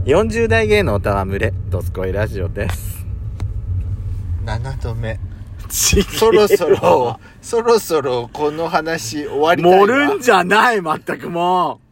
40代芸能たわむれドスコイラジオです。 7度目。 そろそろこの話終わりたいわ。 盛るんじゃない、全くも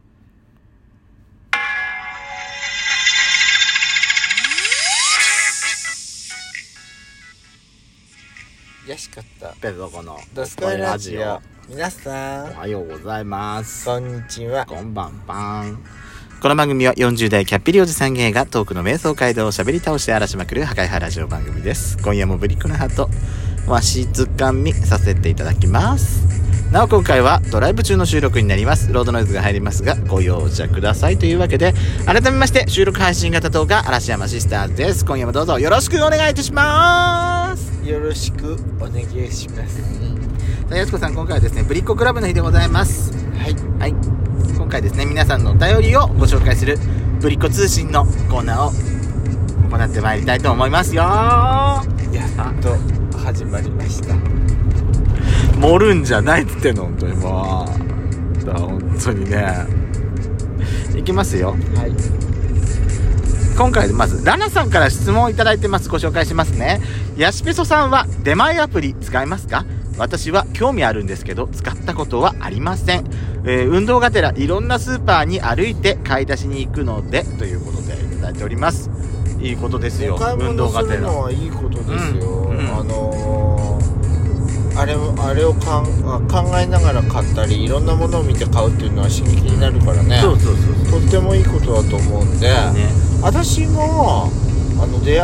う。よしかった。 ペソコのドスコイラジオ。皆さんおはようございます。 こんにちは。 こんばんぱん。この番組は40代キャッピリおじさん芸がトークの瞑想街道を喋り倒して荒らしまくる破壊派ラジオ番組です。今夜もぶりっ子のハートわしづかみさせていただきます。なお今回はドライブ中の収録になります。ロードノイズが入りますがご容赦くださいというわけで、改めまして収録配信型動画嵐山シスターズです。今夜もどうぞよろしくお願いいたします。 よろしくお願いします。 やすこさん、今回はですねぶりっ子クラブの日でございます。 はい、 今回ですね皆さんのお便りをご紹介するぶりっ子通信のコーナーを行ってまいりたいと思いますよ。 やっと始まりました。 盛るんじゃないっつってんの本当にもうだ本当にね。いきますよ。 はい。 今回まずラナさんから質問をいただいてます。ご紹介しますね。ヤシペソさんは出前アプリ使いますか？私は興味あるんですけど使ったことはありません。運動がてらいろんなスーパーに歩いて買い出しに行くのでということでいただいております。いいことですよ。 お買い物するのはいいことですよ。あれを考えながら買ったりいろんなものを見て買うっていうのは刺激になるからね。 そうとってもいいことだと思うんで、ね、私も出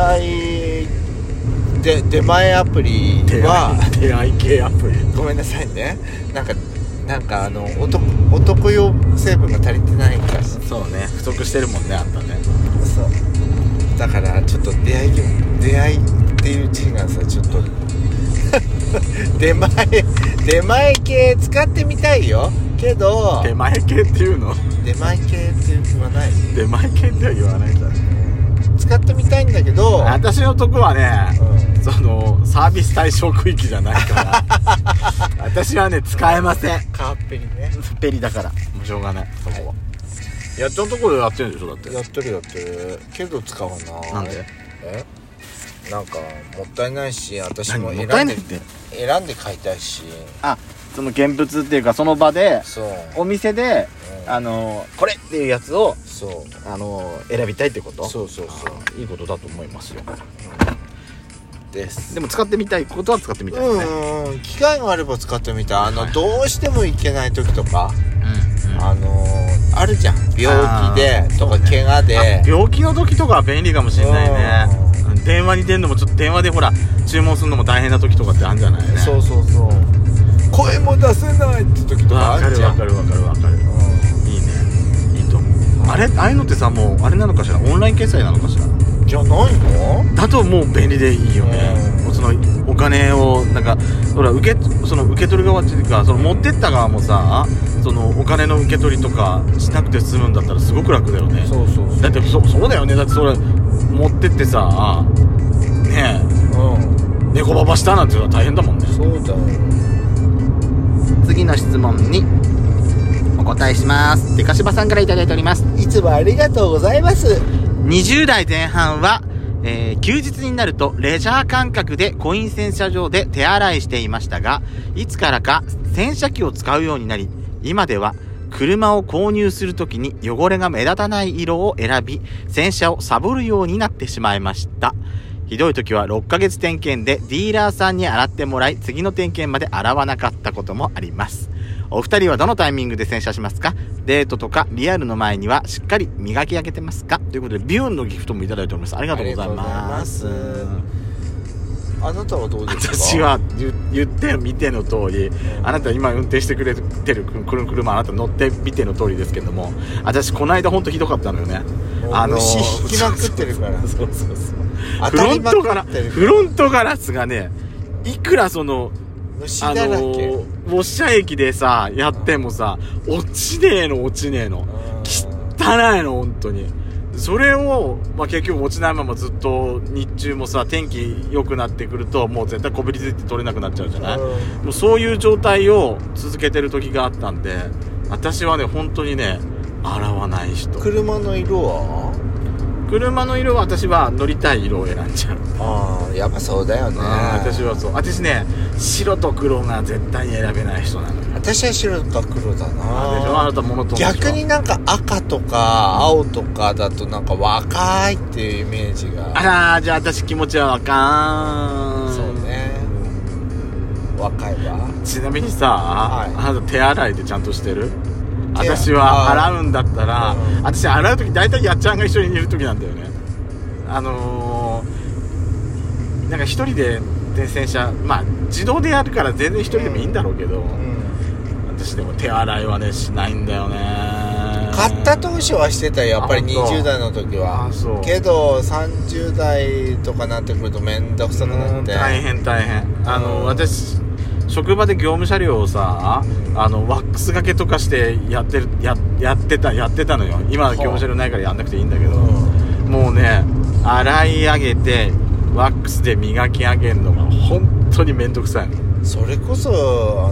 前アプリは出会い系アプリごめんなさいね。なんか男用成分が足りてないから。 そうね、不足してるもんね、あんたね。 そうだからちょっと出会いっていう字がさちょっと出前系使ってみたいよけど。 出前系っていうの？ 出前系って言わない。 出前系っては言わないんだね。 使ってみたいんだけど、 私のとこはね、そのサービス対象区域じゃないから私はね使えません。 カーペリね。 ペリだからもうしょうがない。そこはやっちゃうところでやってるんでしょ。だってやってるけど使うな。 なんで？ なんかもったいないし、私も選んで買いたいし。 その現物っていうかその場でお店で、これっていうやつを選びたいってこと？ そういいことだと思いますよ。 です。 でも使ってみたいことは使ってみたいですね。 機会があれば使ってみたい。どうしても行けない時とか、あるじゃん。病気でとか怪我で。 病気の時とかは便利かもしれないね。電話に出んのもちょっと電話でほら注文するのも大変な時とかってあるんじゃないね。 そう声も出せないって時とかあるじゃん。 わかる、いいね、いいと思う。ああいうのってさ、もうあれなのかしら、オンライン決済なのかしら。 じゃないの？ だともう便利でいいよね。そのお金をなんかほら受け取る側っていうか、その持ってった側もさ、そのお金の受け取りとかしなくて済むんだったらすごく楽だよね。そうだってそうだよね。だってそれ持ってってさねえ、猫ババしたなんていうのは大変だもんね。 そうだよ。 次の質問にお答えします。でかしばさんからいただいております。 いつもありがとうございます。 20代前半は、休日になるとレジャー感覚でコイン洗車場で手洗いしていましたが、いつからか洗車機を使うようになり、今では車を購入するときに汚れが目立たない色を選び、洗車をサボるようになってしまいました。ひどい時は6ヶ月点検でディーラーさんに洗ってもらい、次の点検まで洗わなかったこともあります。お二人はどのタイミングで洗車しますか？デートとかリアルの前にはしっかり磨き上げてますか？ということでビューンのギフトもいただいております。ありがとうございます。 あなたはどうですか？ 私は言ってみての通り、あなた今運転してくれてる車あなた乗ってみての通りですけども、私この間ほんとひどかったのよね。 虫引きまくってるからそうフロントガラスがね、いくらその虫だらけ、 ウォッシャー液でさやってもさ落ちねえの汚いの本当に。それを、結局落ちないままずっと日中もさ天気良くなってくるともう絶対こびりついて取れなくなっちゃうじゃない。もうそういう状態を続けてる時があったんで、私はね本当にね洗わない人。 車の色は車の色は私は乗りたい色を選んじゃう。 ああ、やっぱそうだよね。 私はそう。私ね、白と黒が絶対に選べない人なのよ。 私は白か黒だな。 でしょ、あなたモノトーンでしょ。 逆になんか赤とか青とかだとなんか若いっていうイメージが。 あらー、じゃあ私気持ちはわかん。 そうね、若いわ。 ちなみにさ、 はい、 あなた手洗いでちゃんとしてる？私は洗うんだったら、私洗うとき大体やっちゃんが一緒にいるときなんだよね。なんか一人で洗車、まあ自動でやるから全然一人でもいいんだろうけど、私でも手洗いはねしないんだよね。 買った当初はしてたよ、やっぱり20代の時は。けど30代とかなってくるとめんどくさくなって、 大変私職場で業務車両をさ、ワックスがけとかしてやってたのよ。今は業務車両ないからやんなくていいんだけど、もうね、洗い上げてワックスで磨き上げるのが本当にめんどくさい。 それこそ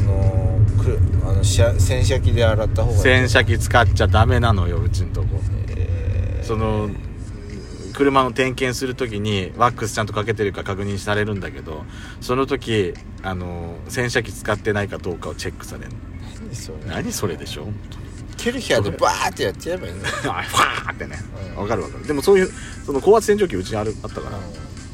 洗車機で洗った方がいい。 洗車機使っちゃダメなのよ、うちんとこ。その車の点検するときにワックスちゃんとかけてるか確認されるんだけど、その時洗車機使ってないかどうかをチェックされる。何それでしょ。 ケルヒャーでバーってやっちゃえばいいの。 ファーってね、わかる。でもそういうその高圧洗浄機うちにあったから、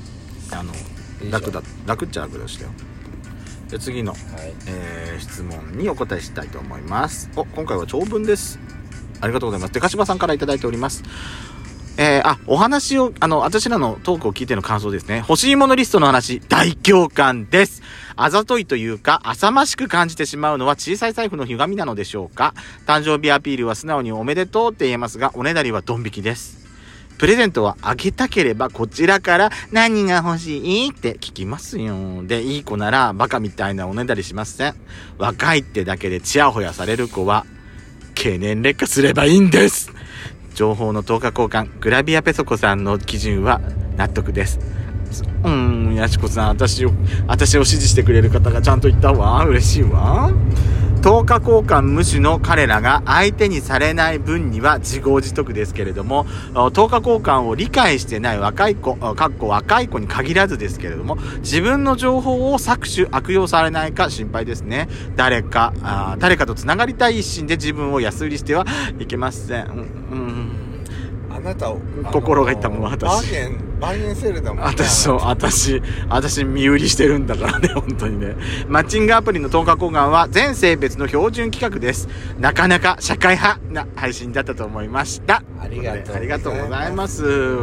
楽っちゃ楽でしたよ。で次の、質問にお答えしたいと思います。今回は長文です。ありがとうございます。でかしばさんからいただいております。お話を私らのトークを聞いての感想ですね。欲しいものリストの話、大共感です。あざといというか浅ましく感じてしまうのは小さい財布の歪みなのでしょうか。誕生日アピールは素直におめでとうって言えますが、おねだりはドン引きです。プレゼントはあげたければこちらから何が欲しいって聞きますよ。で、いい子ならバカみたいなおねだりしません。若いってだけでチヤホヤされる子は経年劣化すればいいんです。情報の10日交換、グラビアペソコさんの基準は納得です。やしこさん、私を支持してくれる方がちゃんと言ったわ。嬉しいわ。10日交換無視の彼らが相手にされない分には自業自得ですけれども、10日交換を理解してない若い子に限らずですけれども、自分の情報を搾取悪用されないか心配ですね。誰かとつながりたい一心で自分を安売りしてはいけません。 あなた心が痛むわ。私バーゲンセールだもんね。 私身売りしてるんだからね、本当にね。マッチングアプリの10日交換は全性別の標準規格です。なかなか社会派な配信だったと思いました。 ありがとうございます。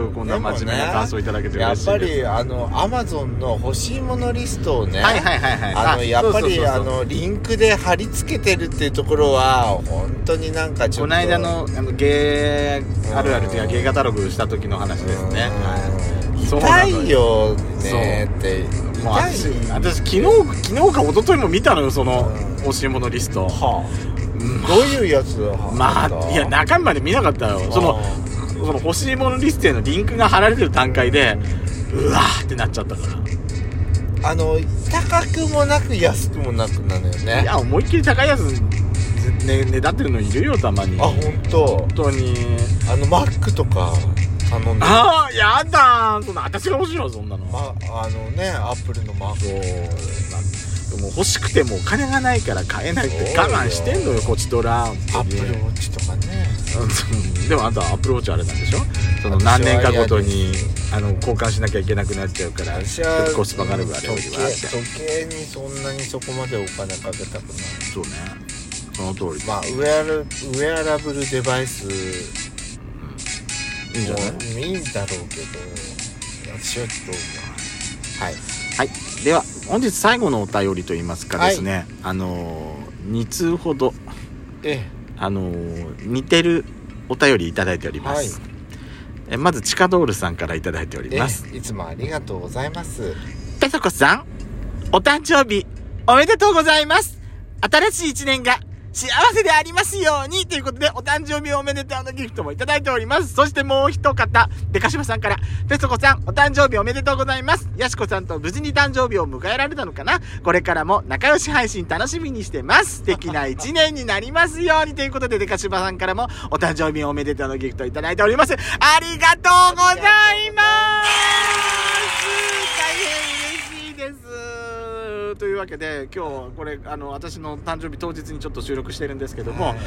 こんな真面目な感想いただけて嬉しいです。 やっぱりアマゾンの欲しいものリストをね、 やっぱりリンクで貼り付けてるっていうところは本当になんかちょっと、 この間のゲーあるあるというかゲーカタログした時の話ですね。 痛いよねって。 私昨日か一昨日も見たのよ、その欲しいものリスト。 どういうやつ？ いや中身まで見なかったよ。その欲しいものリストへのリンクが貼られてる段階でうわーってなっちゃったから。 高くもなく安くもなくなのよね。 いや思いっきり高いやつねだってるのいるよ、たまに。 本当にマックとか頼んで。 やだー、そんな私が欲しいのそんなの。 アップルのマークでも欲しくてもお金がないから買えないって我慢してんのよ、こちとら。 アップルウォッチとかね。 でもあんたアップルウォッチあれなんでしょ。その何年かごとに交換しなきゃいけなくなっちゃうから、コスパがあるあれよりは。 時計にそんなにそこまでお金かけたくない。 そうね、その通り。 ウェアラブルデバイスいいんじゃない？ いいんだろうけど、私はちょっとはい。では本日最後のお便りといいますかですね、2通ほど似てるお便りいただいております。まずチカドールさんからいただいております。 いつもありがとうございます。 ペソコさん、お誕生日おめでとうございます。新しい1年が幸せでありますようにということで、お誕生日おめでとうのギフトもいただいております。そしてもう一方、でかしばさんから、ペソコさん、お誕生日おめでとうございます。やしこさんと無事に誕生日を迎えられたのかな。これからも仲良し配信楽しみにしてます。素敵な一年になりますようにということで、でかしばさんからもお誕生日おめでとうのギフトいただいております。ありがとうございます。大変嬉しいです。というわけで、今日これ私の誕生日当日にちょっと収録してるんですけども、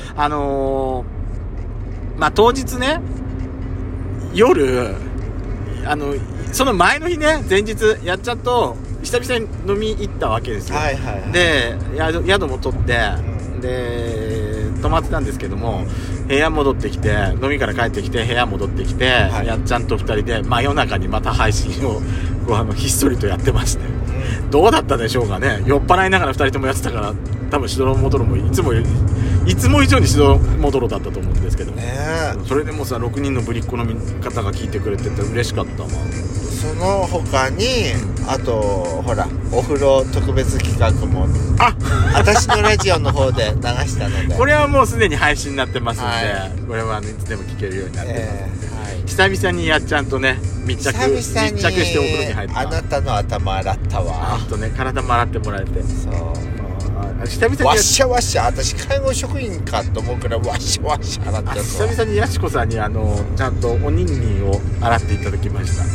当日ね、夜その前の日ね、前日やっちゃんと久々に飲み行ったわけですよ。で宿も取って、で泊まってたんですけども、部屋戻ってきて、飲みから帰ってきて部屋戻ってきて、やっちゃんと2人で真夜中にまた配信をひっそりとやってまして、どうだったでしょうかね。酔っ払いながら2人ともやってたから、多分しどろもどろもいつも以上にしどろもどろだったと思うんですけど、それでもさ、6人のぶりっ子の方が聞いてくれてて嬉しかったわ。 その他に、あとほらお風呂特別企画も私のラジオの方で流したのでこれはもうすでに配信になってますので、これはいつでも聞けるようになってます、久々にやっちゃんとね密着してお風呂に入った。 あなたの頭洗ったわ。 体も洗ってもらえて、 そう久々にわっしゃわっしゃ、私介護職員かと思うくらいわっしゃわっしゃ洗っちゃった。 久々にやしこさんにちゃんとおにんにんを洗っていただきました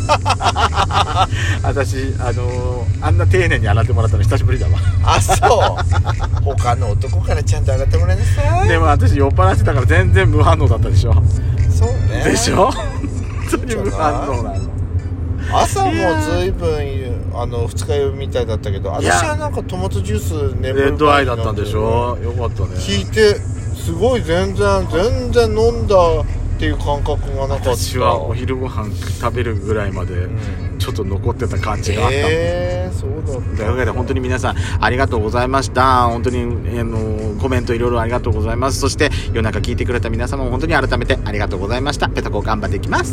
私あんな丁寧に洗ってもらったの久しぶりだわ。 あ、そう他の男からちゃんと洗ってもらいなさい。 でも私酔っ払ってたから全然無反応だったでしょ。 そうねでしょ本当に無反応なの。 朝もずいぶん二日酔いみたいだったけど、私はなんかトマトジュースレッドアイだったんでしょ。よかったね。 聞いてすごい全然飲んだっていう感覚がなかった。 私はお昼ご飯食べるぐらいまでちょっと残ってた感じがあったそうだった。 というわけで本当に皆さんありがとうございました。本当にコメントいろいろありがとうございます。そして夜中聞いてくれた皆様も本当に改めてありがとうございました。ペタコ頑張っていきます。